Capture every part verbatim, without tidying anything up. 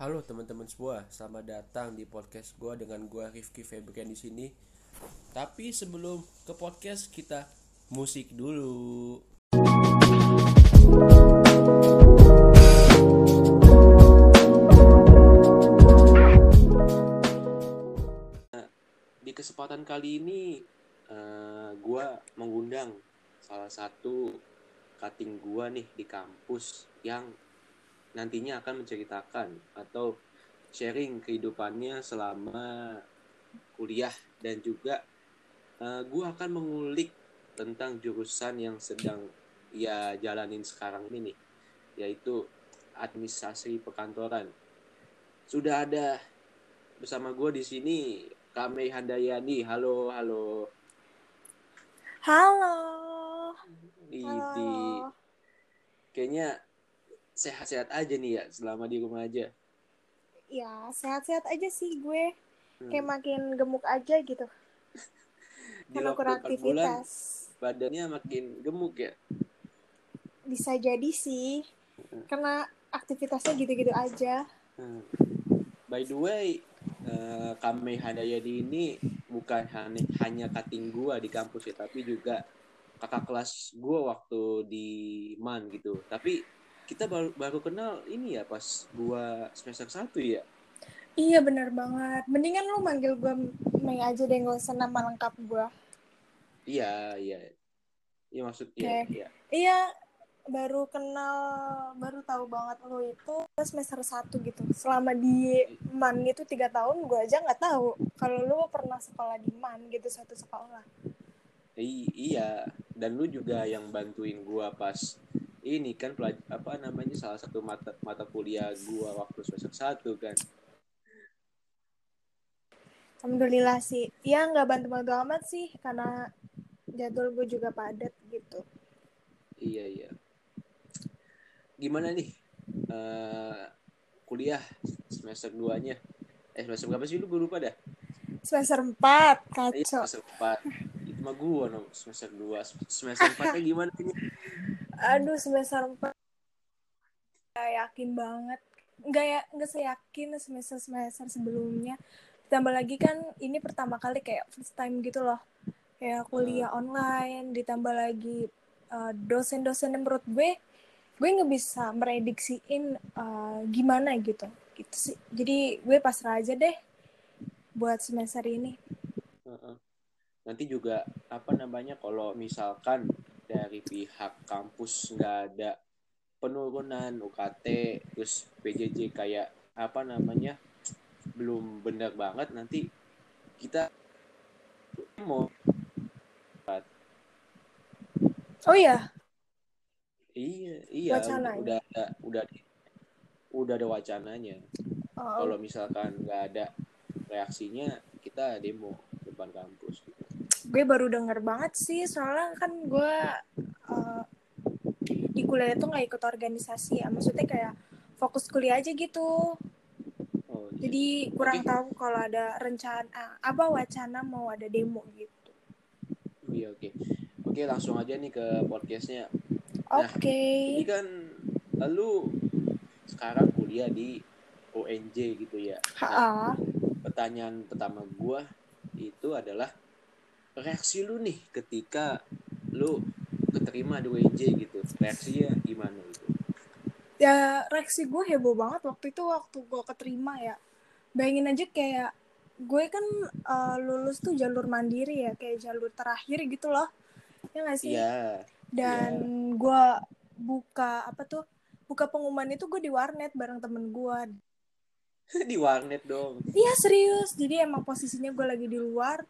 Halo teman-teman semua, selamat datang di podcast gue dengan gue Rifki Febrian di sini. Tapi sebelum ke podcast kita musik dulu. Nah, di kesempatan kali ini uh, gue mengundang salah satu cutting gue nih di kampus yang nantinya akan menceritakan atau sharing kehidupannya selama kuliah dan juga uh, gue akan mengulik tentang jurusan yang sedang ia jalanin sekarang ini nih, yaitu administrasi perkantoran. Sudah ada bersama gue di sini Kame Handayani. Halo, halo. Halo. Di kayaknya sehat-sehat aja nih ya selama di rumah aja. Ya, sehat-sehat aja sih gue. Hmm. Kayak makin gemuk aja gitu. Di karena kurang aktivitas. Badannya makin gemuk ya? Bisa jadi sih. Hmm. Karena aktivitasnya gitu-gitu aja. Hmm. By the way, uh, Kame Handayani ini bukan hanya, hanya cutting gue di kampus ya, tapi juga kakak kelas gue waktu di M A N gitu. Tapi kita baru baru kenal ini ya pas gue semester satu ya. Iya benar banget. Mendingan lu manggil gue Mei aja deh, gak usah nama lengkap gue. Iya, iya. Iya maksudnya. Okay. Iya. Iya, baru kenal, baru tahu banget lo itu semester satu gitu. Selama di M A N itu tiga tahun, gue aja nggak tahu kalau lo pernah sekolah di M A N gitu, satu sekolah. I- iya, dan lu juga yang bantuin gue pas ini kan pelaj- apa namanya salah satu mata mata kuliah gue waktu semester satu kan. Alhamdulillah sih. Ya nggak bantu-bantu amat sih karena jadwal gue juga padat gitu. Iya iya. Gimana nih uh, kuliah semester dua-nya? Eh semester berapa sih lu? Gue lupa dah. Semester empat, kacau. Iya, semester empat. Itu mah gue no, semester dua. Semester empat-nya gimana nih? Aduh, semester empat gak yakin banget. Nggak ya, nggak seyakin semester-semester sebelumnya. Ditambah lagi kan ini pertama kali kayak first time gitu loh. Kayak kuliah uh. online, ditambah lagi uh, dosen-dosen yang menurut gue gue nggak bisa merediksiin uh, gimana gitu gitu sih. Jadi gue pasrah aja deh buat semester ini. Uh-uh. Nanti juga apa namanya kalau misalkan dari pihak kampus nggak ada penurunan U K T terus P J J kayak apa namanya belum benar banget, nanti kita mau. Oh iya. Iya, iya udah, udah ada udah udah ada wacananya. Oh. Kalau misalkan nggak ada reaksinya, kita demo depan kampus gitu. Gue baru denger banget sih, soalnya kan gue uh, di kuliah itu nggak ikut organisasi ya, maksudnya kayak fokus kuliah aja gitu. Oh, iya. Jadi kurang okay. tahu kalau ada rencana apa wacana mau ada demo gitu. Oh, iya oke. Okay. Oke, langsung aja nih ke podcastnya. Nah, oke. Okay. Ini kan lalu sekarang kuliah di O N J gitu ya. Nah, pertanyaan pertama gue itu adalah reaksi lu nih ketika lu keterima di O N J gitu. Reaksinya gimana gitu? Ya, reaksi gue heboh banget waktu itu waktu gue keterima ya. Bayangin aja kayak gue kan uh, lulus tuh jalur mandiri ya, kayak jalur terakhir gitu loh. Ya nggak sih? Iya. Dan yeah. gue buka apa tuh buka pengumuman itu gue di warnet bareng temen gue. Di warnet dong? Iya serius, jadi emang posisinya gue lagi di luar,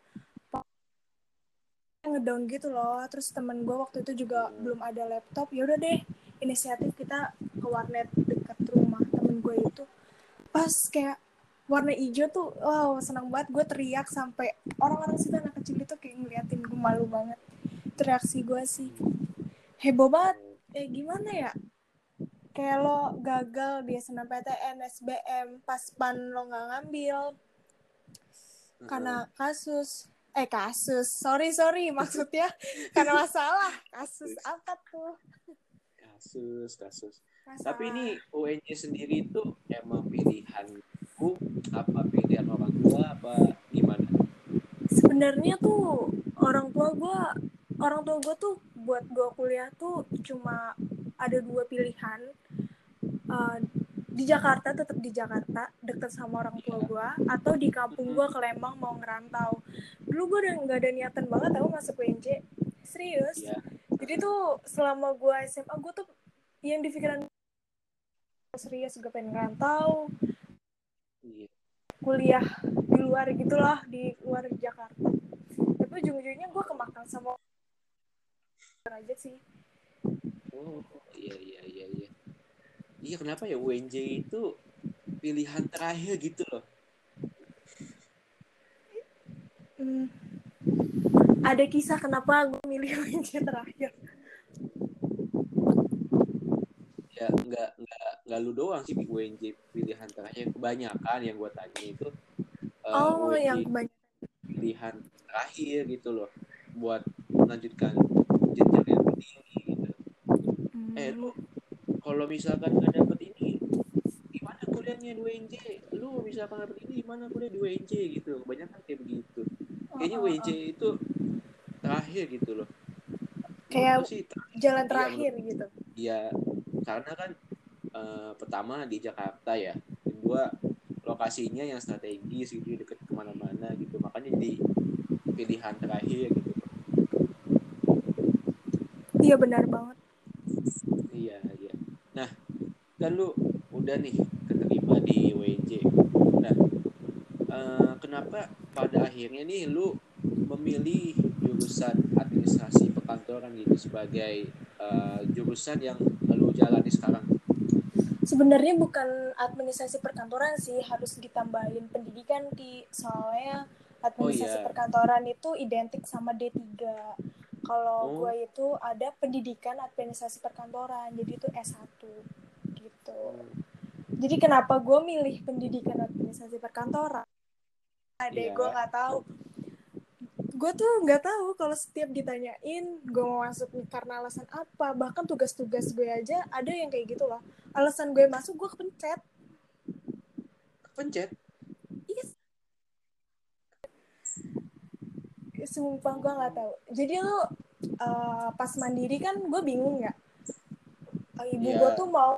ngedown gitu loh. Terus temen gue waktu itu juga hmm. belum ada laptop. Ya udah deh, inisiatif kita ke warnet dekat rumah temen gue itu. Pas kayak warna hijau tuh, wow senang banget. Gue teriak sampai orang-orang situ, anak kecil itu kayak ngeliatin gue, malu banget. Itu reaksi gue sih heboh banget. Eh gimana ya, kayak lo gagal di S N M P T N, S B M, pas pan lo nggak ngambil karena kasus eh kasus sorry sorry maksudnya karena masalah kasus apa tuh kasus kasus masalah. Tapi ini O N J sendiri itu emang pilihan sebenarnya tuh orang tua gue orang tua gue tuh buat gue kuliah tuh cuma ada dua pilihan. Uh, di Jakarta, tetap di Jakarta deket sama orang tua gue, atau di kampung gue ke Lembang mau ngerantau. Dulu gue udah nggak ada niatan banget tau masuk U N J, serius. Iya. Jadi tuh selama gue S M A gue tuh yang di pikiran serius, gue pengen ngerantau, Iya. kuliah di luar gitulah, di luar Jakarta. Tapi ujung-ujungnya gue kemakan sama aja sih. Oh iya iya iya iya. Iya kenapa ya U N J itu pilihan terakhir gitu loh. Hmm. Ada kisah kenapa gue milih U N J terakhir. Ya nggak nggak nggak lu doang sih U N J pilihan terakhir, kebanyakan yang gue tanya itu uh, Oh, U N J yang kebanyakan pilihan terakhir gitu loh buat melanjutkan jenjang yang tinggi gitu. hmm. Eh lu kalau misalkan nggak dapet ini gimana kuliahnya di U N J? Lu misalkan dapet ini gimana kuliah di U N J gitu? Kebanyakan kayak begitu. Kayaknya oh, oh, U N J oh. itu terakhir gitu loh. Menurut Kayak gue sih terakhir. jalan Iya, terakhir menurut, gitu. ya karena kan uh, pertama di Jakarta ya, kedua lokasinya yang strategis gitu dekat kemana-mana gitu, makanya jadi pilihan terakhir gitu. Iya benar banget. Iya iya. Nah kan lu udah nih keterima di U N J. Nah uh, kenapa pada akhirnya nih lu memilih jurusan administrasi perkantoran gitu sebagai uh, jurusan yang lu jalani sekarang? Sebenarnya bukan administrasi perkantoran sih, harus ditambahin pendidikan Ki. Soalnya Oh administrasi iya. perkantoran itu identik sama D tiga. Kalau Oh. gue itu ada pendidikan administrasi perkantoran, jadi itu S satu gitu. Hmm. Jadi kenapa gue milih pendidikan administrasi perkantoran? Ada Iya. gue nggak tahu. Gue tuh nggak tahu kalau setiap ditanyain gue mau masuk karena alasan apa. Bahkan tugas-tugas gue aja ada yang kayak gitu loh. Alasan gue masuk gue kepencet. Kepencet? Iya. Sumpah gue nggak tahu. Jadi lo uh, pas mandiri kan gue bingung ya. Ibu Iya. gue tuh mau,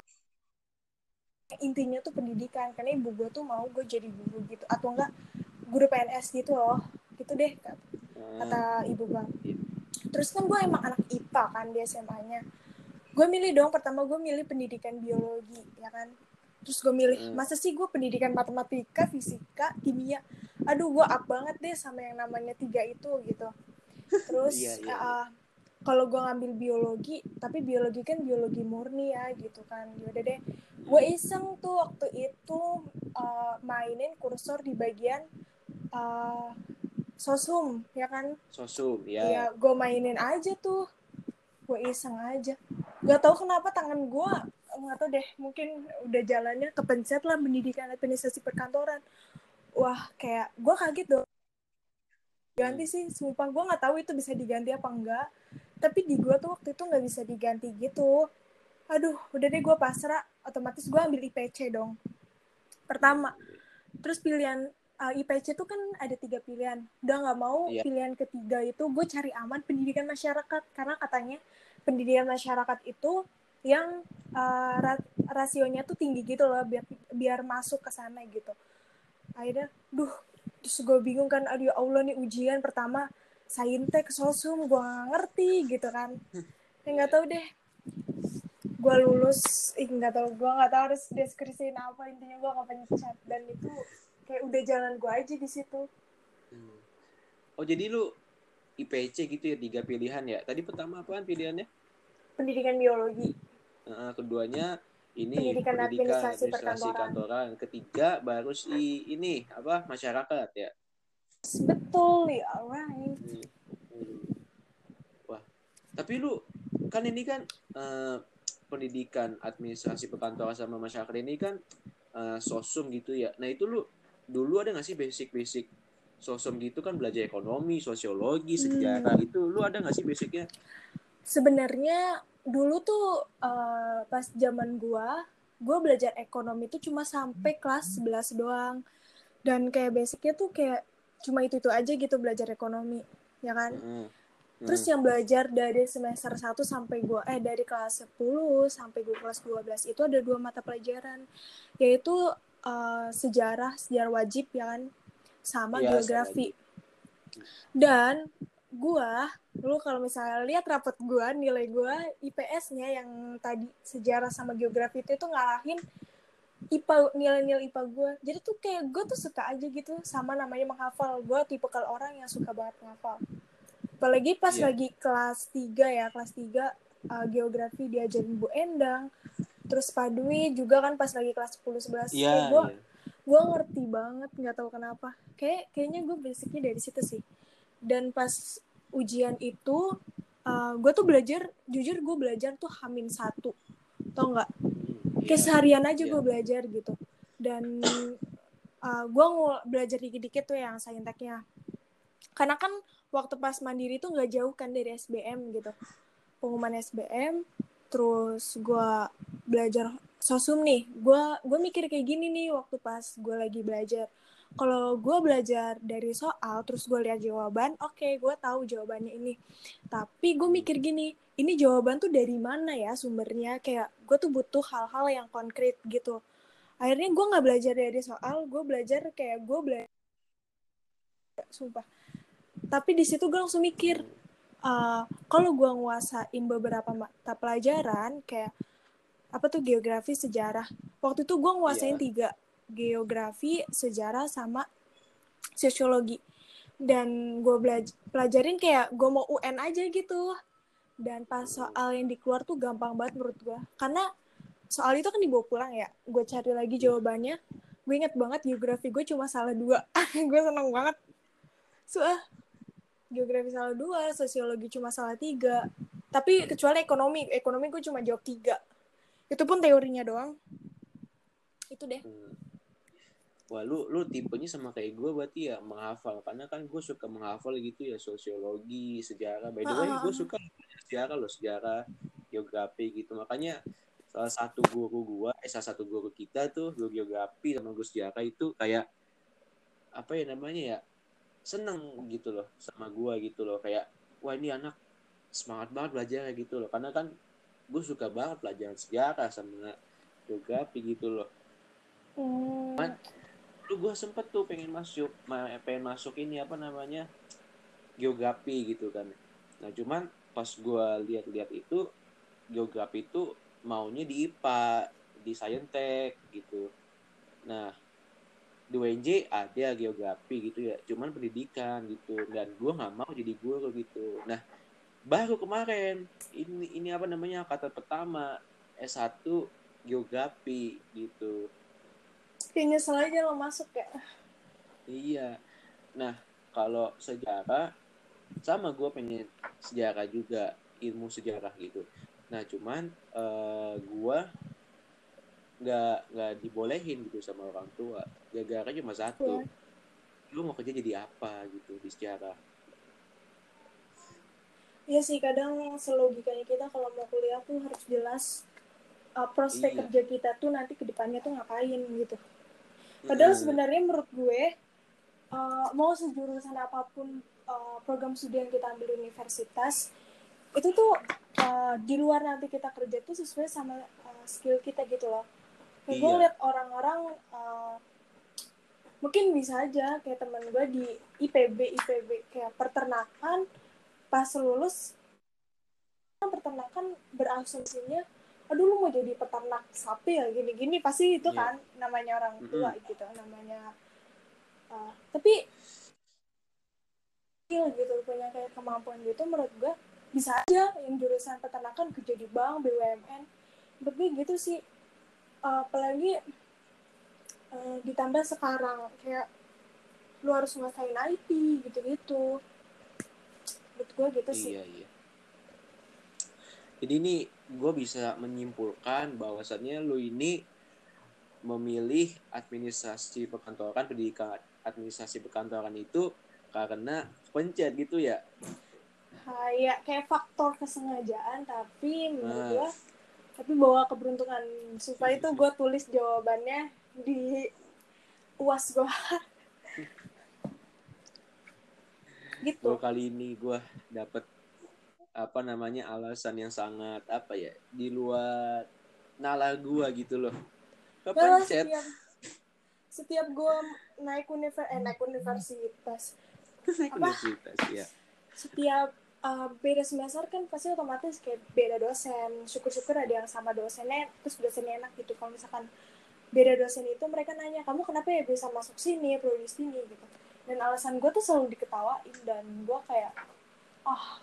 intinya tuh pendidikan, karena ibu gue tuh mau gue jadi guru gitu, atau enggak guru P N S gitu loh, gitu deh kata, kata ibu gue. Iya. Terus kan gue emang anak I P A kan di S M A-nya. Gue milih dong, pertama gue milih pendidikan biologi, ya kan. Terus gue milih, masa sih gue pendidikan matematika, fisika, kimia. Aduh, gue up banget deh sama yang namanya tiga itu gitu. Terus Iya, iya, uh, kalau gue ngambil biologi, tapi biologi kan biologi murni ya gitu kan. Yaudah deh, gue iseng tuh waktu itu uh, mainin kursor di bagian uh, sosum, ya kan. Sosum, ya. Ya, gue mainin aja tuh. Gue iseng aja. Gak tau kenapa tangan gue, gak tau deh, mungkin udah jalannya kepencet lah pendidikan administrasi perkantoran. Wah, kayak gue kaget dong. Ganti sih, sumpah gue gak tahu itu bisa diganti apa enggak. Tapi di gue tuh waktu itu gak bisa diganti gitu. Aduh, udah deh gue pasrah. Otomatis gue ambil I P C dong. Pertama. Terus pilihan uh, I P C tuh kan ada tiga pilihan. Udah gak mau Ya. pilihan ketiga itu gue cari aman pendidikan masyarakat. Karena katanya pendidikan masyarakat itu yang uh, rasionya tuh tinggi gitu loh, biar, biar masuk ke sana gitu. Akhirnya, duh, terus gue bingung kan, aduh ya Allah nih ujian pertama, saintek, sosum, gue gak ngerti gitu kan. Ya gak tahu deh, gue lulus, ih gak tahu, gue gak tahu harus deskripsiin apa, intinya gue gak pencet, dan itu kayak udah jalan gue aja di situ. Oh jadi lu I P C gitu ya, tiga pilihan ya. Tadi pertama apaan pilihannya? Pendidikan biologi. Nah, keduanya ini pendidikan, pendidikan administrasi, administrasi perkantoran. kantoran. Ketiga baru si ini apa masyarakat ya. Betul ya, alright. Wah, tapi lu kan ini kan uh, pendidikan administrasi perkantoran sama masyarakat ini kan uh, sosum gitu ya. Nah itu lu dulu ada nggak sih basic-basic sosum gitu kan, belajar ekonomi, sosiologi, sejarah hmm. gitu. Lu ada nggak sih basicnya? Sebenarnya dulu tuh uh, pas zaman gua, gua belajar ekonomi tuh cuma sampai kelas sebelas doang. Dan kayak basicnya tuh kayak cuma itu-itu aja gitu belajar ekonomi, ya kan? Mm-hmm. Terus yang belajar dari semester satu sampai gue, eh dari kelas sepuluh sampai gue kelas dua belas itu ada dua mata pelajaran, yaitu uh, sejarah, sejarah wajib ya kan, sama Iya, geografi. Dan gue, lu kalau misalnya lihat rapot gue, nilai gue I P S-nya yang tadi sejarah sama geografi itu tuh ngalahin I P A, nilai-nilai I P A gue. Jadi tuh kayak gue tuh suka aja gitu sama namanya menghafal. Gue tipe kalau orang yang suka banget menghafal. Apalagi pas yeah. lagi kelas tiga ya, kelas tiga uh, geografi diajarin Bu Endang. Terus Pak Dwi juga kan pas lagi kelas sepuluh sebelas. Yeah, kayak gue yeah. gue ngerti banget, nggak tahu kenapa. Kayak kayaknya gue basicnya dari situ sih. Dan pas ujian itu uh, gue tuh belajar, jujur gue belajar tuh hamin satu. Tau nggak? Hmm, kayak yeah. seharian aja yeah. gue belajar gitu. Dan uh, gue ng- belajar dikit-dikit tuh yang sainteknya. Karena kan waktu pas mandiri tuh nggak jauh kan dari S B M gitu, pengumuman S B M, terus gue belajar sosum nih, gue gue mikir kayak gini nih waktu pas gue lagi belajar, kalau gue belajar dari soal terus gue lihat jawaban, oke okay, gue tahu jawabannya ini, tapi gue mikir gini, ini jawaban tuh dari mana ya sumbernya, kayak gue tuh butuh hal-hal yang konkret gitu. Akhirnya gue nggak belajar dari soal, gue belajar kayak gue belajar sumpah. Tapi di situ gue langsung mikir, uh, kalau gue nguasain beberapa mata pelajaran kayak apa tuh geografi, sejarah. Waktu itu gue nguasain yeah. tiga, geografi, sejarah, sama sosiologi. Dan gue belajar pelajarin kayak gue mau U N aja gitu. Dan pas soal yang dikeluar tuh gampang banget menurut gue. Karena soal itu kan dibawa pulang ya. Gue cari lagi jawabannya. Gue inget banget geografi gue cuma salah dua. Gue seneng banget. Soal geografi salah dua, sosiologi cuma salah tiga. Tapi kecuali ekonomi, ekonomi gue cuma jawab tiga. Itu pun teorinya doang. Itu deh. Hmm. Wah, lu lu tipenya sama kayak gue berarti ya, menghafal. Karena kan gue suka menghafal gitu ya, sosiologi, sejarah. By the way, gue suka sejarah loh, sejarah, geografi gitu. Makanya salah satu guru gue, eh salah satu guru kita tuh, guru geografi sama guru sejarah itu kayak apa ya namanya ya, seneng gitu loh sama gue gitu loh, kayak wah ini anak semangat banget belajar gitu loh, karena kan gue suka banget pelajaran sejarah sama geografi gitu loh. Hmm. Man, lu gue sempet tuh pengen masuk pengen masuk ini apa namanya geografi gitu kan. Nah cuman pas gue lihat-lihat itu geografi itu maunya di I P A, di Saintek gitu. Nah di U N J ada geografi gitu ya, cuman pendidikan gitu, dan gue nggak mau jadi guru gitu. Nah baru kemarin ini ini apa namanya kata pertama S satu geografi gitu. Kayak nyesel aja lo masuk ya. Iya. Nah kalau sejarah sama gue pengen sejarah juga, ilmu sejarah gitu. Nah cuman uh, gue nggak nggak dibolehin gitu sama orang tua, gara-gara cuma satu, yeah. Lu mau kerja jadi apa gitu di sejarah. Iya sih, kadang selogikanya kita kalau mau kuliah tuh harus jelas uh, prospek iya. kerja kita tuh nanti ke depannya tuh ngapain gitu. Padahal mm-hmm. sebenarnya menurut gue uh, mau sejurusan apapun uh, program studi yang kita ambil di universitas itu tuh uh, di luar nanti kita kerja tuh sesuai sama uh, skill kita gitu loh. Kayak iya. Gue liat orang-orang uh, mungkin bisa aja kayak teman gue di I P B I P B kayak peternakan, pas lulus peternakan berasumsinya aduh lu mau jadi peternak sapi ya gini-gini, pasti itu yeah. kan namanya orang tua mm-hmm. gitu namanya uh, tapi gitu punya kayak kemampuan gitu, menurut gue bisa aja yang jurusan peternakan kerja di bank, B U M N, menurut gue gitu sih. Uh, apalagi uh, ditambah sekarang kayak lu harus nguasain I T gitu-gitu, menurut gue gitu iya, sih. Iya iya. Jadi ini gue bisa menyimpulkan bahwasannya lu ini memilih administrasi perkantoran, pendidikan administrasi perkantoran itu karena pencet gitu ya? Kayak kayak faktor kesengajaan, tapi menurut gue tapi bawa keberuntungan. Supaya itu gue tulis jawabannya di U A S gue. gitu. Gue kali ini gue dapet apa namanya alasan yang sangat apa ya di luar nalar gue gitu loh. Kapan Malah chat? setiap setiap gue naik univer eh naik universitas Naik apa universitas ya. setiap uh, beda semester kan pasti otomatis kayak beda dosen. Syukur-syukur ada yang sama dosennya, terus dosennya enak gitu. Kalau misalkan beda dosen itu mereka nanya, kamu kenapa ya bisa masuk sini, prodi sini gitu. Dan alasan gue tuh selalu diketawain dan gue kayak, ah,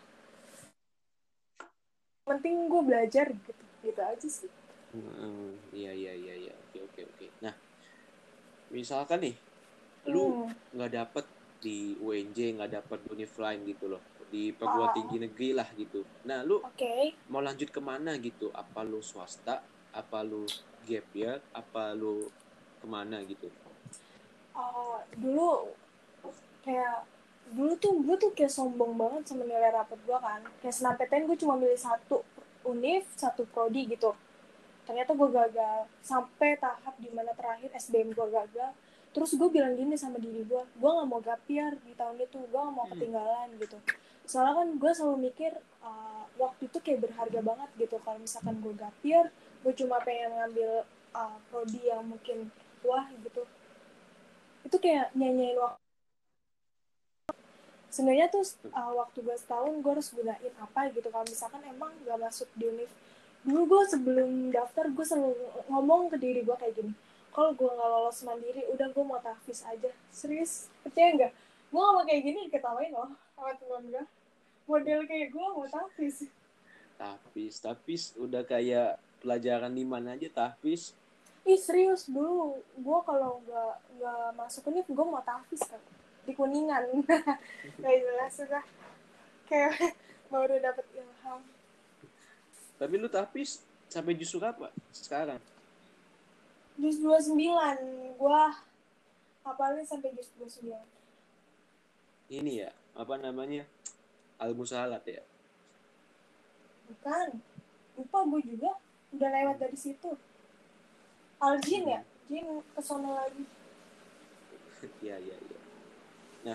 penting gue belajar gitu, gitu aja sih. Hmm, iya iya iya iya oke oke oke. Nah misalkan nih lu Hmm. nggak dapet di U N J, nggak dapet di univ lain gitu loh, di perguruan Ah, tinggi negeri lah gitu. Nah lu oke. Okay. mau lanjut kemana gitu? Apa lu swasta? Apa lu gap year? Apa lu kemana gitu? Uh, dulu kayak dulu tuh gue tuh kayak sombong banget sama nilai rapot gue kan. Kayak senampetin gue cuma milih satu univ, satu prodi gitu. Ternyata gue gagal sampai tahap dimana terakhir S B M gue gagal. Terus gue bilang gini sama diri gue, gue gak mau gap year di tahun itu, gue gak mau ketinggalan gitu. Soalnya kan gue selalu mikir uh, waktu itu kayak berharga banget gitu. Kalau misalkan gue gap year, gue cuma pengen ngambil uh, prodi yang mungkin wah gitu. Itu kayak nyanyain waktu. Sebenarnya tuh uh, waktu gue setahun gue harus gunain apa gitu. Kalau misalkan emang gak masuk di univ, dulu gue sebelum daftar gue selalu ngomong ke diri gue kayak gini, kalau gue nggak lolos mandiri udah gue mau tahfiz aja. Serius, percaya nggak? Gue ngomong kayak gini diketawain loh sama teman gue, model kayak gue mau tahfiz. Tahfiz tahfiz udah kayak pelajaran di mana aja tahfiz. Ih serius, dulu gue kalau nggak nggak masuk univ gue mau tahfiz kan di Kuningan. Nggak jelas sudah kayak baru dapet ilham. Tapi lu tahfiz sampai jus apa sekarang? Jus dua puluh sembilan gue hafalin sampai jus dua puluh sembilan. Ini ya apa namanya al-musahalat ya? Bukan, lupa gue juga udah lewat dari situ. Aljin ya, Jin kesana lagi. Iya iya iya. Nah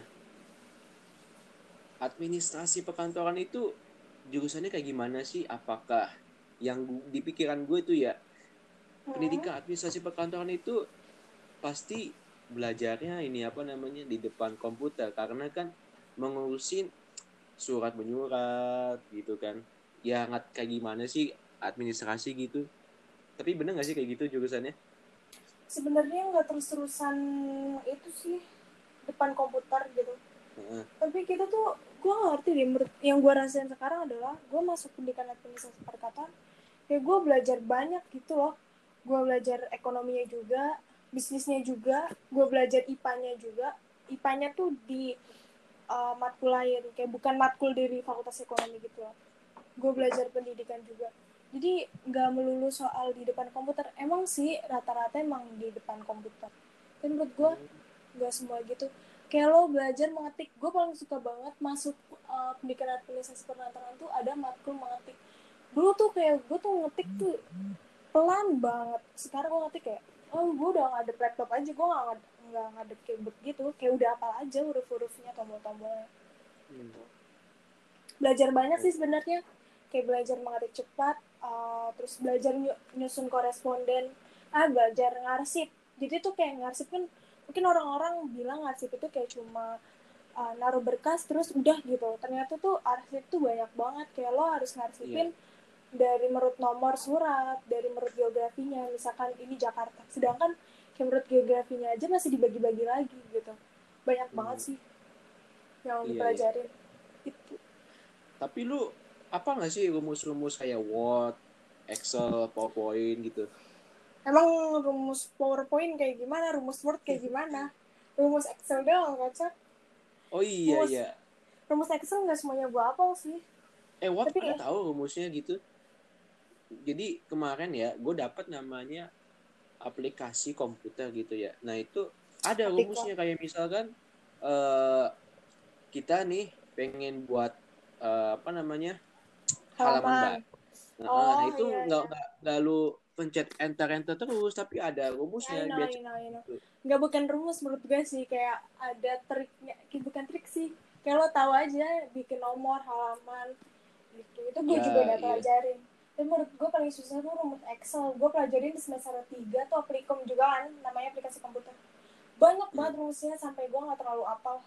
administrasi perkantoran itu jurusannya kayak gimana sih? Apakah yang di pikiran gue itu ya pendidikan administrasi perkantoran itu pasti belajarnya ini apa namanya di depan komputer karena kan mengurusin surat menyurat gitu kan ya nggak kayak gimana sih administrasi gitu tapi bener nggak sih kayak gitu jurusannya? Sebenarnya nggak terus-terusan itu sih depan komputer gitu. Uh-uh. Tapi kita tuh gue nggak ngerti deh. Yang gue rasain sekarang adalah gue masuk pendidikan administrasi perkataan, kayak gue belajar banyak gitu loh. Gue belajar ekonominya juga, bisnisnya juga, gue belajar I P A-nya juga. I P A-nya tuh di uh, matkul lain, kayak bukan matkul dari fakultas ekonomi gitu loh. Gue belajar pendidikan juga. Jadi nggak melulu soal di depan komputer. Emang sih rata-rata emang di depan komputer. Tapi menurut gue nggak semua gitu. Kayak lo belajar mengetik. Gue paling suka banget masuk uh, pendidikan administrasi perkantoran tuh ada matkul mengetik. Dulu tuh kayak gue tuh ngetik tuh pelan banget. Sekarang gue ngetik kayak, oh gue udah ngadep laptop aja. Gue nggak nggak ngadep keyboard gitu. Kayak udah apal aja huruf-hurufnya, tombol-tombolnya. Hmm. Belajar banyak sih sebenarnya. Kayak belajar mengetik cepat, uh, terus belajar nyusun koresponden, ah belajar ngarsip. Jadi tuh kayak ngarsip kan mungkin orang-orang bilang ngarsip itu kayak cuma uh, naruh berkas terus udah gitu. Ternyata tuh arsip tuh banyak banget, kayak lo harus ngarsipin yeah. Dari menurut nomor surat, dari menurut geografinya, misalkan ini Jakarta, sedangkan kayak menurut geografinya aja masih dibagi-bagi lagi gitu. Banyak hmm. banget sih yang yeah, dipelajarin yeah. Itu. Tapi lu apa nggak sih rumus-rumus kayak Word, Excel, PowerPoint gitu? Emang rumus PowerPoint kayak gimana? Rumus Word kayak gimana? Rumus Excel doang, kocak. Oh iya rumus, iya. Rumus Excel nggak semuanya gue hafal sih. Eh Word Tapi ada tahu rumusnya gitu. Jadi kemarin ya, gue dapat namanya aplikasi komputer gitu ya. Nah itu ada rumusnya kayak misalkan uh, kita nih pengen buat uh, apa namanya halaman baru. Nah, oh, nah itu nggak iya, nggak nggak lu pencet enter enter terus, tapi ada rumusnya. Iya, iya, iya. Nggak bukan rumus menurut gue sih, kayak ada triknya, kayak bukan trik sih, Kayak lo tahu aja bikin nomor halaman gitu. Itu gue Ya, juga udah iya. pelajarin. Dan menurut gue paling susah tuh rumus Excel. Gue pelajarin di semester tiga tuh Applikum juga kan, namanya aplikasi komputer. Banyak Hmm. banget rumusnya sampai gue nggak terlalu apal.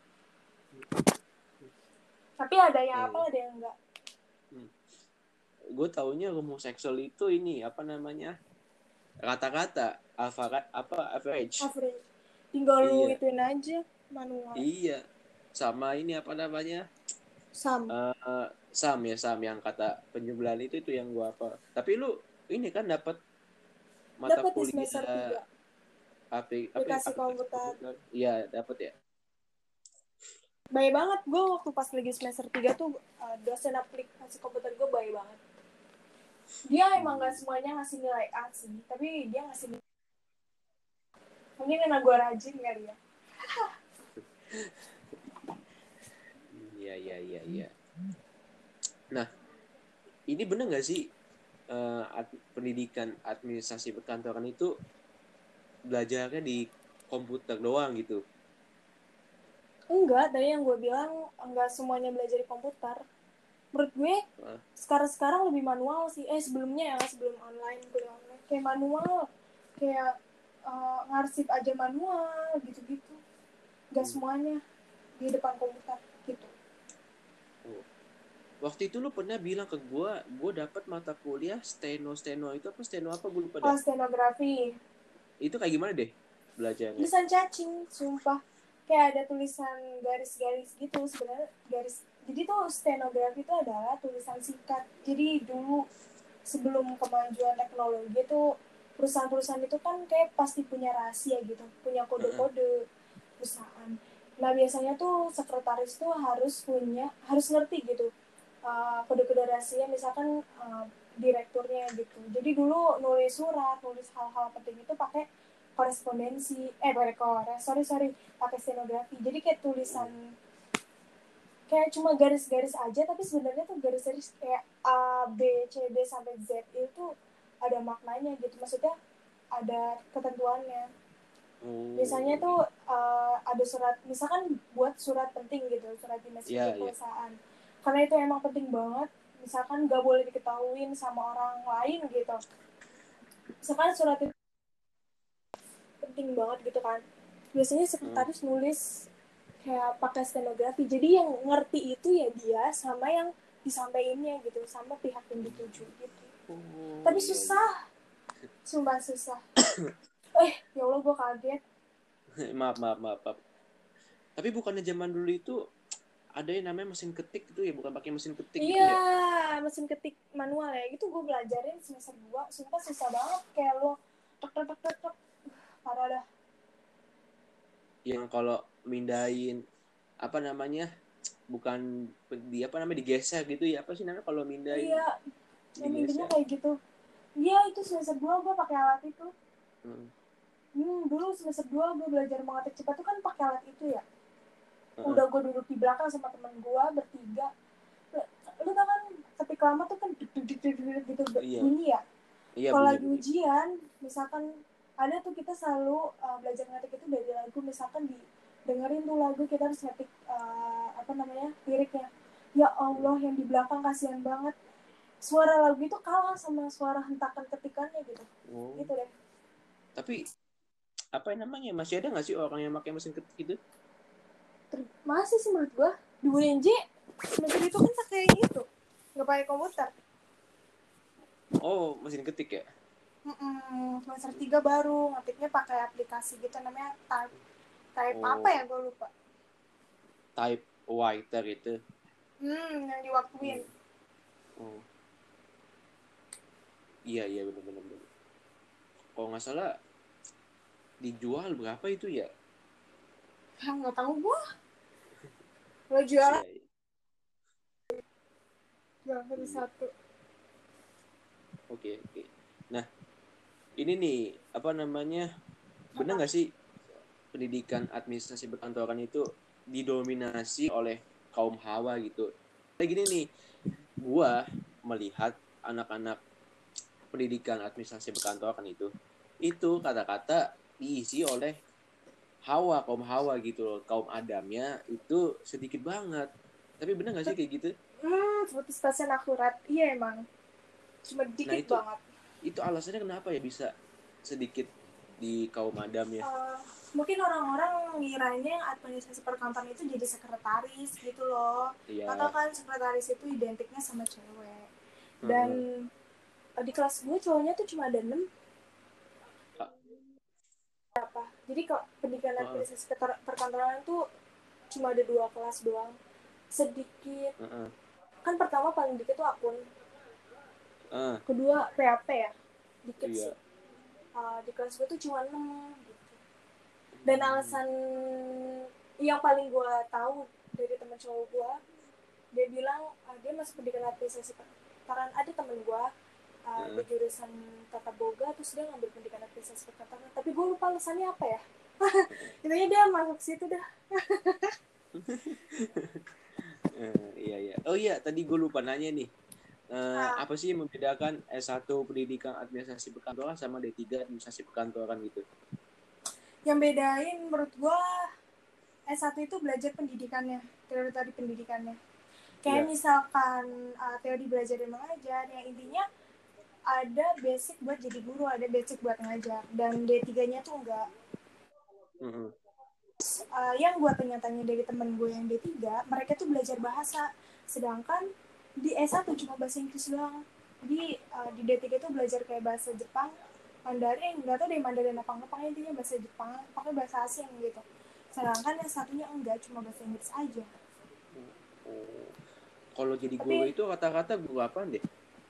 Tapi ada yang Hmm. apal, ada yang enggak. Hmm. Gue taunya rumus Excel itu ini apa namanya, kata-kata alfa apa average. Average. Tinggal lu Iya. ituin aja manual. Iya. Sama ini apa namanya? Sum. Uh, Sam ya Sam yang kata penjumlahan itu itu yang gua apa. Tapi lu ini kan dapat mata Dapat di semester kuliah tiga. apa apa Aplikasi aplikasi komputer. komputer. Iya, dapat ya. Baik banget. Gue waktu pas lagi semester tiga tuh uh, dosen aplikasi komputer gue baik banget. Dia emang Hmm. gak semuanya ngasih nilai A sih, tapi dia ngasih nilai. Mungkin karena gue rajin kali ya. Iya iya iya iya. Nah, ini bener nggak sih uh, ad- pendidikan administrasi perkantoran itu belajarnya di komputer doang gitu? Enggak, dari yang gue bilang enggak semuanya belajar di komputer. Menurut gue Uh, sekarang-sekarang lebih manual sih. Eh sebelumnya ya, sebelum online, kuliah online. Kayak manual, kayak uh, ngarsip aja manual gitu-gitu. Enggak hmm. semuanya di depan komputer gitu. Oh. Waktu itu lu pernah bilang ke gue, gue dapat mata kuliah steno steno itu apa steno apa gue lupa dah. Oh, stenografi. Itu kayak gimana deh belajarnya? Tulisan cacing, sumpah. Kayak ada tulisan garis-garis gitu sebenarnya garis. Jadi tuh stenografi itu adalah tulisan singkat. Jadi dulu sebelum kemajuan teknologi tuh perusahaan-perusahaan itu kan kayak pasti punya rahasia gitu, punya kode-kode perusahaan. Nah biasanya tuh sekretaris tuh harus punya, harus ngerti gitu uh, kode-kode rahasia, misalkan uh, direkturnya gitu. Jadi dulu nulis surat, nulis hal-hal penting itu pakai korespondensi, eh pakai kores, sorry sorry, pakai stenografi. Jadi kayak tulisan kayak cuma garis-garis aja, tapi sebenarnya tuh garis-garis kayak A, B, C, D sampai Z itu ada maknanya gitu. Maksudnya ada ketentuannya. Oh. Biasanya tuh uh, ada surat, misalkan buat surat penting gitu, surat dinas Iya, iya. perusahaan. Karena itu emang penting banget, misalkan gak boleh diketahuin sama orang lain gitu. Misalkan surat itu penting banget gitu kan. Biasanya sekretaris nulis kayak pakai stenografi. Jadi yang ngerti itu ya dia sama yang disampaikannya gitu, sama pihak yang dituju gitu. Oh, Tapi iya, susah. iya. Sumpah susah. eh, ya Allah gue kaget. maaf, maaf, maaf, maaf. Tapi bukannya zaman dulu itu ada yang namanya mesin ketik itu ya, bukan pakai mesin ketik gitu Iya, ya? mesin ketik manual ya. Itu gue belajarin semester dua. Sumpah susah banget. Kayak lo tek tek tek tek tek. Parah dah. Yang kalau mindahin apa namanya, bukan di apa namanya digeser gitu ya, apa sih namanya kalau mindahin Iya, yang mimpinya digeser? kayak gitu. Iya, itu semester dua gue pakai alat itu. Hmm. Hmm, dulu semester dua gue belajar mengetik cepat tuh kan pakai alat itu ya. Uh-uh. Udah gue duduk di belakang sama temen gue bertiga. Lu tau kan ketik lama tuh kan duk duk duk duk duk gitu Iya. bunyi ya. Iya, Kalau lagi bunyi-bunyi. ujian, misalkan ada tuh kita selalu uh, belajar ngetik itu dari lagu, misalkan di dengerin tuh lagu kita harus ngetik uh, apa namanya liriknya. Ya Allah, yang di belakang kasihan banget. Suara lagu itu kalah sama suara hentakan ketikannya gitu. Oh. Gitu deh. Tapi apa yang namanya, masih ada nggak sih orang yang pakai mesin ketik itu? Masih sih menurut gua. Di U N J semester itu kan pakai itu, nggak pakai komputer. Oh, mesin ketik ya? Mm-mm. Semester tiga baru ngetiknya pakai aplikasi gitu namanya Type. Type Oh. apa ya gue lupa. Type writer itu. Hmm, yang diwaktuin. Oh. Oh. Iya, iya benar-benar. Kalau nggak salah dijual berapa itu ya? Ah, nggak tahu gua. Lo jual Iya, iya. jual satu-satu. Oke, oke. Nah, ini nih apa namanya? Benar nggak sih pendidikan administrasi perkantoran itu didominasi oleh kaum hawa gitu? Kayak gini nih, gua melihat anak-anak pendidikan administrasi perkantoran itu itu kata-kata diisi oleh Hawa, kaum Hawa gitu loh, kaum Adamnya itu sedikit banget. Tapi bener gak sih kayak gitu? Hmm, seratus persen akurat. Iya emang. Cuma Nah dikit itu banget. itu alasannya kenapa ya bisa sedikit di kaum Adamnya? Uh, mungkin orang-orang ngiranya yang administrasi perkantoran itu jadi sekretaris gitu loh. Atau Iya. kan sekretaris itu identiknya sama cewek. Dan Heeh. uh, di kelas gue cowoknya tuh cuma ada enam. Ah, Jadi kalau pendidikan heeh. administrasi perkantoran tuh cuma ada dua kelas doang. Sedikit. Heeh. Kan pertama paling dikit tuh akun. Ah, Kedua P H P ya. Dikit iya. sih. Uh, di kelas gue tuh cuma enam gitu. Dan alasan yang paling gue tahu dari teman cowok gue, dia bilang uh, dia masuk pendidikan administrasi perkantoran. Ada temen gue uh, di Heeh. jurusan tata boga, terus dia ngambil pendidikan administrasi perkantoran. Tapi gue lupa alasannya apa ya. Intinya dia masuk situ dah. Eh, iya iya. Oh iya, tadi gue lupa nanya nih. Eh, Nah, apa sih yang membedakan S satu pendidikan administrasi perkantoran sama D tiga administrasi perkantoran gitu? yang bedain menurut gue S satu itu belajar pendidikannya, teori-teori pendidikannya. Kayak Iya. misalkan uh, teori belajar dan mengajar, yang intinya ada basic buat jadi guru, ada basic buat ngajar. Dan D tiga-nya tuh enggak. Heeh. Uh, yang gue tanya-tanya dari temen gue yang D tiga, mereka tuh belajar bahasa. Sedangkan di S satu cuma bahasa Inggris doang. Jadi uh, di D tiga tuh belajar kayak bahasa Jepang, Mandarin, nggak tahu deh Mandarin apa enggak, pokoknya intinya bahasa Jepang, pakai bahasa asing gitu. Sedangkan yang satunya enggak, cuma bahasa Inggris aja. Oh. Kalau jadi guru Tapi itu kata-kata guru apa deh?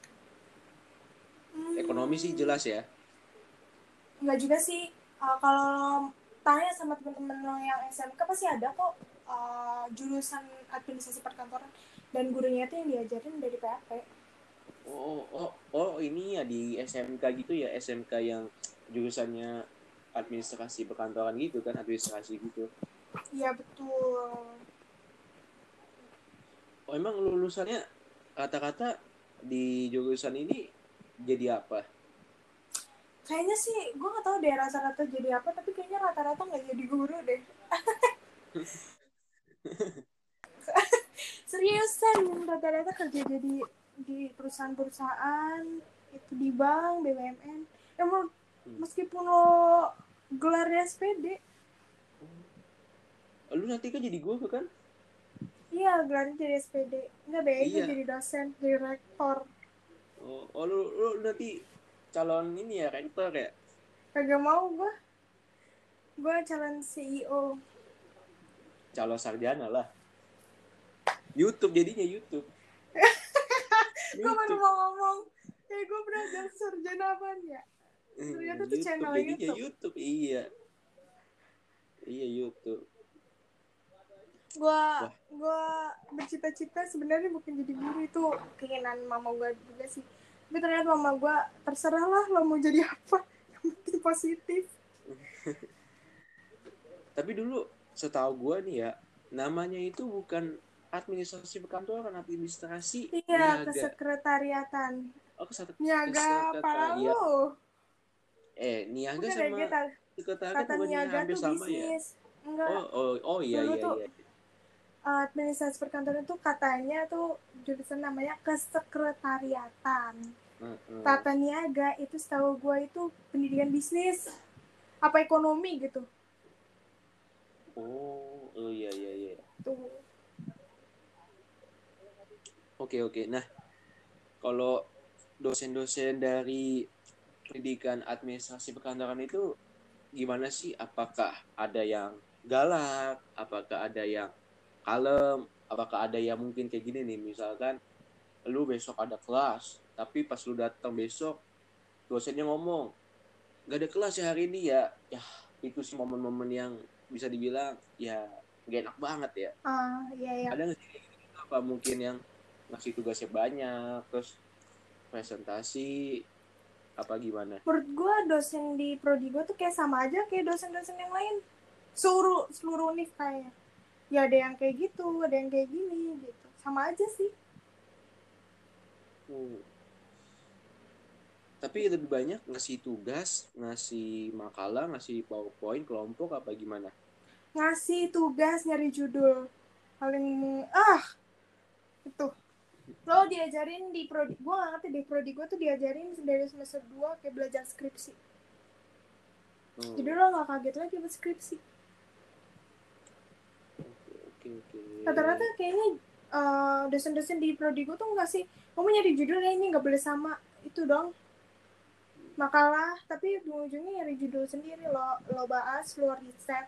Ekonomi sih hmm, jelas ya. enggak juga sih. Uh, kalau tanya sama teman-teman lo yang S M K pasti ada kok uh, jurusan administrasi perkantoran, dan gurunya itu yang diajarin dari P H P. Oh, oh, oh ini ya di S M K gitu ya, S M K yang jurusannya administrasi perkantoran gitu kan, administrasi gitu. Iya betul. Oh, emang lulusannya kata-kata di jurusan ini jadi apa? Kayaknya sih gue nggak tahu deh rata-rata jadi apa, tapi kayaknya rata-rata nggak jadi guru deh. Seriusan, rata-rata kerja jadi di perusahaan-perusahaan, itu di bank, B U M N. Ya mau Hmm. meskipun lo gelarnya S P D, Oh, lu nanti kan jadi guru kan? iya gelarnya jadi S P D. Nggak bego Iya. jadi dosen, jadi rektor. Oh, oh lu, lu nanti calon ini ya, rektor ya? Kagak mau gue, gue calon C E O. Calon sarjana lah. YouTube jadinya YouTube. Gue baru YouTube. mau ngomong, kayak gue belajar sarjana apaan ya? Ternyata tuh YouTube channel jadinya YouTube. YouTube, iya. Iya YouTube. gue Wah, gue bercita-cita sebenarnya bukan jadi guru, itu keinginan mama gue juga sih, tapi ternyata mama gue terserah lah lo mau jadi apa, yang penting positif. tapi dulu setahu gue nih ya, namanya itu bukan administrasi perkantoran, administrasi Iya, niaga. kesekretariatan. Oh, kesat- Niaga apa kesekretariat. lu? Eh, niaga Bukan ya sama kita, sekretariat kata bukannya niaga hampir tuh sama ya? bisnis. Enggak, Oh, oh, oh iya dulu iya tuh iya. uh, administrasi perkantoran tuh katanya tuh jurusan namanya kesekretariatan. Uh-uh. Tata niaga itu setahu gue itu pendidikan bisnis apa ekonomi gitu Oh, oh iya iya iya. tuh. Oke oke. Nah, kalau dosen-dosen dari pendidikan administrasi perkantoran itu gimana sih? Apakah ada yang galak? Apakah ada yang kalem? Apakah ada yang mungkin kayak gini nih, misalkan lu besok ada kelas, tapi pas lu datang besok dosennya ngomong nggak ada kelas ya hari ini ya, ya itu sih momen-momen yang bisa dibilang ya gak enak banget ya. Ah iya ya, Ada nggak sih apa mungkin yang ngasih tugasnya banyak terus presentasi apa gimana? menurut gue dosen di prodi gue tuh kayak sama aja kayak dosen-dosen yang lain, seluruh seluruh univ kayaknya ya, ada yang kayak gitu, ada yang kayak gini gitu, sama aja sih. Hmm. Tapi lebih banyak ngasih tugas, ngasih makalah, ngasih PowerPoint kelompok apa gimana? Ngasih tugas nyari judul paling ah itu lo diajarin di prodi, gue gak ngerti deh, prodi gue tuh diajarin dari semester dua kayak belajar skripsi. Oh. Jadi lo gak kaget lagi buat skripsi. Oke oke oke. Rata-rata kayaknya uh, dosen-dosen di prodi gue tuh ngasih, kamu nyari judulnya ini gak boleh sama itu dong makalah, tapi ujung-ujungnya nyari judul sendiri, lo lo bahas, lo riset.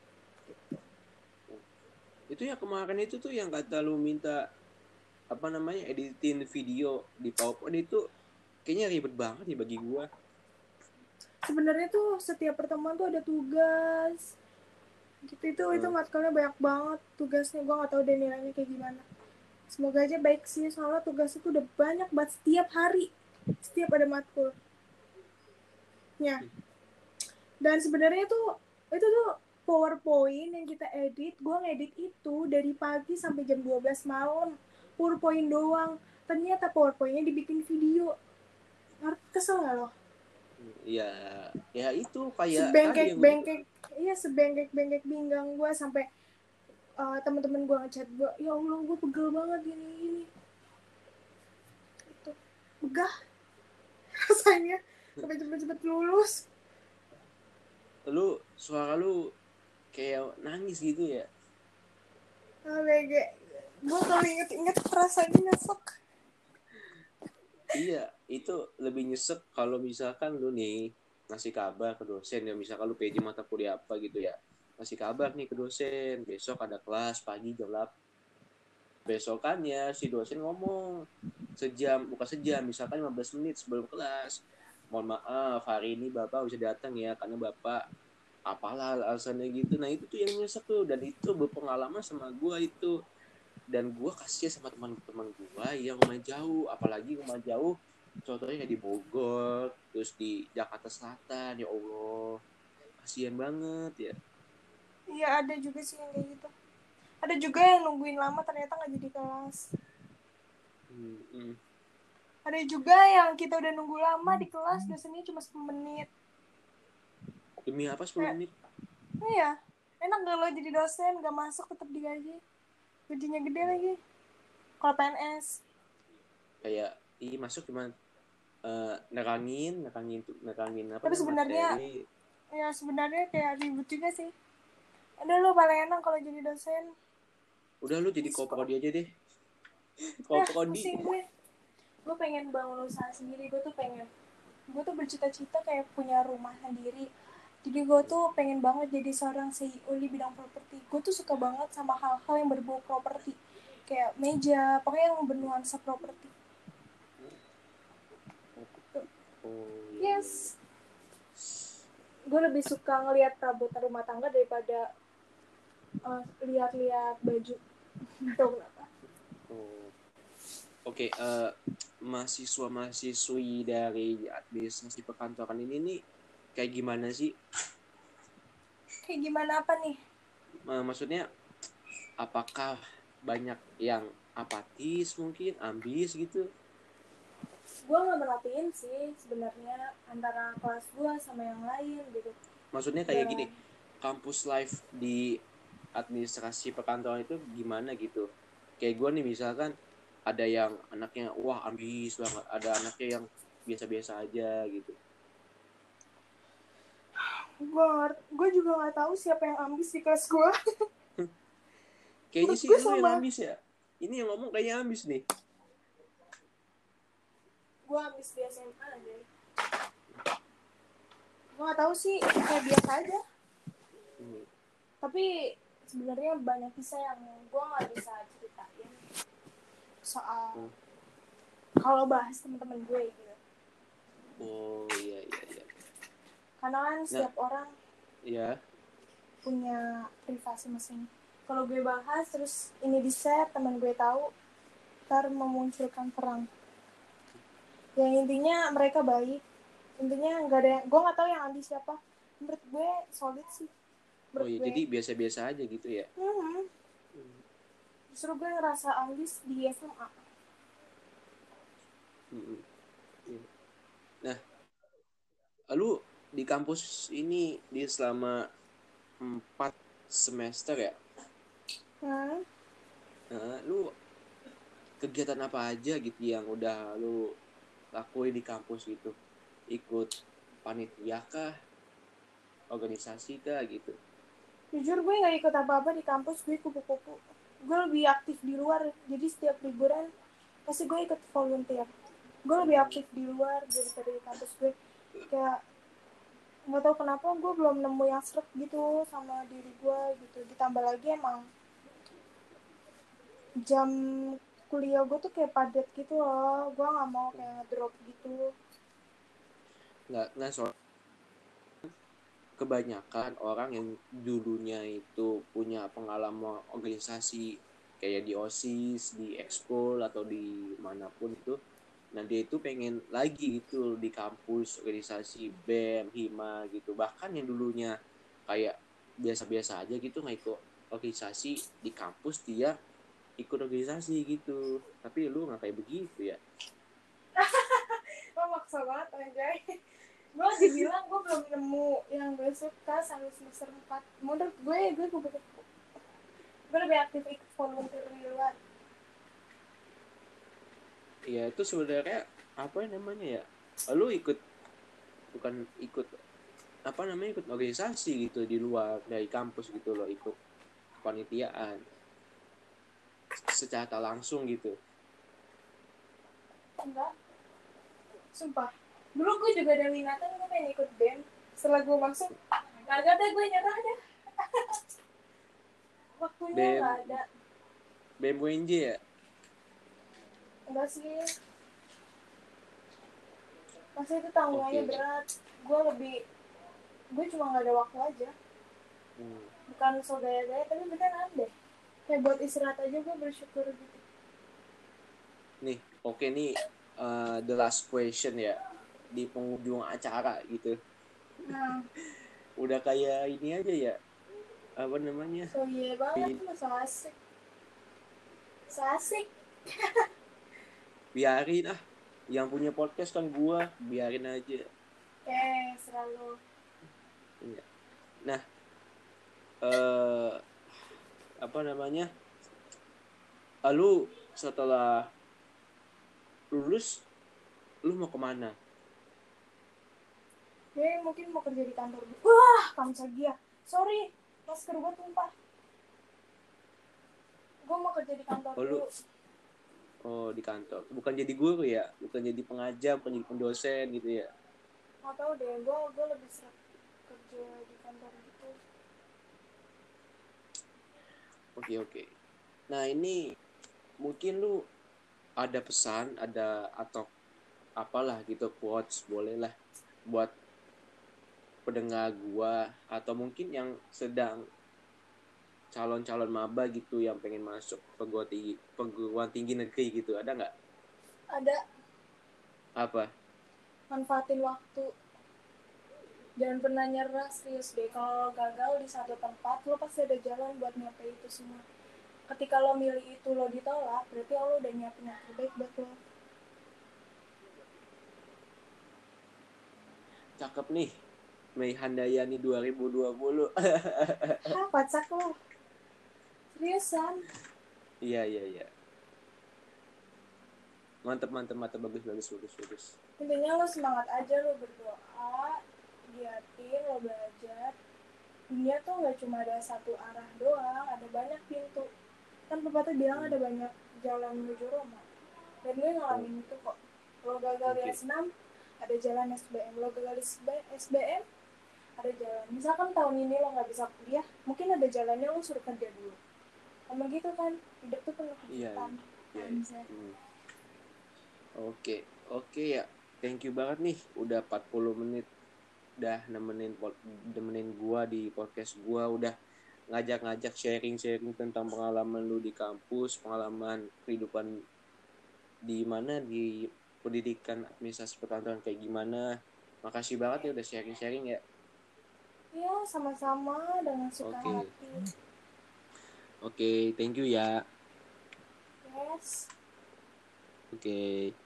Itu ya kemarin itu tuh yang kata lu minta apa namanya editin video di PowerPoint itu kayaknya ribet banget nih bagi gua. Sebenarnya tuh setiap pertemuan tuh ada tugas gitu, itu hmm. itu matkulnya banyak banget tugasnya, gua nggak tahu deh nilainya kayak gimana. Semoga aja baik sih, soalnya tugas itu udah banyak banget setiap hari, setiap ada matkul. Ya. Dan sebenarnya tuh itu tuh PowerPoint yang kita edit, gue ngedit itu dari pagi sampai jam dua belas malam. PowerPoint doang. Ternyata PowerPoint-nya dibikin video. Kesel gak lo? Ya, ya itu kayak sebengkek-bengkek, iya sebengkek-bengkek pinggang gue sampai uh, teman-teman gue ngechat gue, ya Allah gue pegel banget gini gini. Itu begah rasanya sampai cepet-cepet lulus. Lu suara lu kayak nangis gitu ya? Ah, bege. Gue kalau inget-inget rasanya nyesek. Iya, itu lebih nyesek kalau misalkan lu nih ngasih kabar ke dosen ya, misalkan lu P J mata kuliah apa gitu ya, ngasih kabar nih ke dosen, besok ada kelas pagi jam delapan. Besokannya si dosen ngomong sejam, bukan sejam, misalkan lima belas menit sebelum kelas, mohon maaf hari ini bapak bisa datang ya karena bapak apalah alasannya gitu. Nah itu tuh yang nyesek tuh, dan itu berpengalaman sama gue itu. Dan gue kasihan sama teman-teman gue yang rumah jauh, apalagi rumah jauh contohnya kayak di Bogor, terus di Jakarta Selatan, ya Allah kasihan banget ya. Iya ada juga sih yang kayak gitu, ada juga yang nungguin lama ternyata nggak jadi kelas. hmm, hmm. Ada juga yang kita udah nunggu lama di kelas, dosennya cuma sepuluh menit. Demi apa sepuluh menit? Iya, enak gak lo jadi dosen, gak masuk tetap digaji, gajinya gede hmm. lagi kalau P N S. Kayak ih masuk cuma uh, nerangin nerangin nerangin apa. Tapi sebenarnya ya sebenarnya kayak ribut juga sih. Aduh lo paling enak kalau jadi dosen. Udah lu jadi koprodi aja deh. Koprodi. Eh, gue. Gue pengen bangun usaha sendiri. Gue tuh pengen. Gue tuh bercita-cita kayak punya rumah sendiri. Jadi gue tuh pengen banget jadi seorang C E O di bidang properti. Gue tuh suka banget sama hal-hal yang berbau properti. Kayak meja, pokoknya yang bernuansa properti. Oh, yes. Gue lebih suka ngelihat perabotan rumah tangga daripada uh, lihat-lihat baju. Tahu kenapa? Oh. Oke, okay, uh, mahasiswa-mahasiswi dari administrasi perkantoran ini nih kayak gimana sih? Kayak gimana apa nih? Uh, maksudnya apakah banyak yang apatis mungkin, ambis gitu? Gue nggak merhatiin sih sebenarnya antara kelas gue sama yang lain gitu. Maksudnya kayak Dan... gini, kampus life di administrasi perkantoran itu gimana gitu? Kayak gue nih misalkan ada yang anaknya wah ambis banget, ada anaknya yang biasa-biasa aja gitu. Gue gue juga nggak tahu siapa yang ambis di kelas gue. Kayaknya sih lu sama... yang ambis ya. Ini yang ngomong kayaknya ambis nih. Gue ambis di S M A aja. Gue nggak tahu sih, kayak biasa aja. Hmm. Tapi sebenarnya banyak kisah yang gue nggak bisa ceritain soal hmm. kalau bahas teman-teman gue gitu. Oh iya iya iya. Karena kan setiap nah, orang iya. punya privasi masing. Kalau gue bahas terus ini di-share, teman gue tahu, ntar memunculkan perang. Yang intinya mereka baik, intinya nggak ada yang, gue nggak tahu yang ambis siapa. Menurut gue solid sih. Menurut oh iya, gue. Jadi biasa-biasa aja gitu ya. Hmm. Hmm. Justru gue ngerasa ambis di S M A. Hmm. Nah, Lu di kampus ini di selama empat semester ya, Hmm. nah, lu kegiatan apa aja gitu yang udah lu lakuin di kampus gitu? Ikut panitia kah, organisasi kah gitu? Jujur gue nggak ikut apa-apa di kampus, gue kupu-kupu. Gue lebih aktif di luar, jadi setiap liburan pasti gue ikut volunteer. Gue lebih Hmm. aktif di luar daripada di kampus. Gue kayak nggak tahu kenapa gue belum nemu yang seret gitu sama diri gue gitu. Ditambah lagi emang jam kuliah gue tuh kayak padat gitu loh. Gue nggak mau kayak drop gitu. Nggak, nggak soal kebanyakan orang yang dulunya itu punya pengalaman organisasi kayak di OSIS, di ekskul atau di manapun itu, nah dia itu pengen lagi gitu di kampus organisasi BEM, HIMA gitu. Bahkan yang dulunya kayak biasa-biasa aja gitu nggak ikut organisasi di kampus, dia ikut organisasi gitu. Tapi lu nggak kayak begitu ya? Lo maksa banget anjay. Gue dibilang gue belum nemu yang gue suka sampai semester empat. Menurut gue, gue kupu-kupu. Gue lebih aktif ikut volunteer di luar. Ya itu sebenarnya apa namanya ya? Lu ikut bukan ikut apa namanya ikut organisasi gitu di luar dari kampus gitu loh, ikut kepanitiaan secara tak langsung gitu. Enggak, sumpah. Dulu gue juga ada minatan, gue pengen ikut BEM. Setelah gue masuk, kagak deh, gue nyerah deh. Waktunya nggak BEM ada. BEM U N J ya. Enggak sih, masih itu tanggungannya Oke. berat. Gue lebih, gue cuma nggak ada waktu aja. Hmm. Bukan so gaya-gaya, tapi beneran deh. Kayak buat istirahat aja gue bersyukur gitu. Nih oke nih, uh, the last question ya di penghujung acara gitu. Nah, Udah kayak ini aja ya, apa namanya, so iya banget, tuh so asik. So asik. biarin ah, yang punya podcast kan gua, biarin aja. Eh, selalu. Iya. Nah, eh apa namanya, lalu setelah lulus lu mau kemana? Gue mungkin mau kerja di kantor. Wah, Kamsagia. Sorry, masker gue tumpah. Gue mau kerja di kantor Oh lu, dulu. oh di kantor, bukan jadi guru ya, bukan jadi pengajar, bukan jadi pendosen gitu ya? Nggak tahu deh, gue gue lebih sering kerja di kantor gitu. Oke oke. Nah ini mungkin lu ada pesan, ada atau apalah gitu, quotes boleh lah buat pendengar gua atau mungkin yang sedang calon-calon maba gitu yang pengen masuk perguruan tinggi perguruan tinggi negeri gitu, ada nggak? Ada, Apa? manfaatin waktu. Jangan pernah nyerah, serius deh. Kalau gagal di satu tempat, lo pasti ada jalan buat nyampe itu semua. Ketika lo milih itu lo ditolak, berarti lo udah nyiapin yang terbaik buat lo. Cakep nih, Mei Handayani dua ribu dua puluh. Hah, pacak lo. Seriusan. Iya iya iya, mantep mantep mantep, bagus bagus bagus bagus. Intinya lo semangat aja, lo berdoa, giatin, lo belajar. Dunia tuh nggak cuma ada satu arah doang, ada banyak pintu. Kan pepatah bilang Hmm. ada banyak jalan menuju Roma. Dan gue Oh, ngalamin itu kok. Lo gagal di oke. S enam, ada jalan S B M. Lo gagal di S B M, ada jalan. Misalkan tahun ini lo nggak bisa kuliah, mungkin ada jalannya lo suruh kerja dulu. Sama gitu kan, hidup tuh penuh Iya kejutan. iya iya. Anjay. Hmm. Oke oke ya, thank you banget nih udah empat puluh menit, udah nemenin nemenin gua di podcast gua, udah ngajak-ngajak sharing-sharing tentang pengalaman lu di kampus, pengalaman kehidupan di mana di pendidikan administrasi perkantoran kayak gimana. Makasih banget ya udah sharing-sharing ya. Ya, sama-sama dengan suka Oke. hati. Oke, thank you ya. Yes. Oke.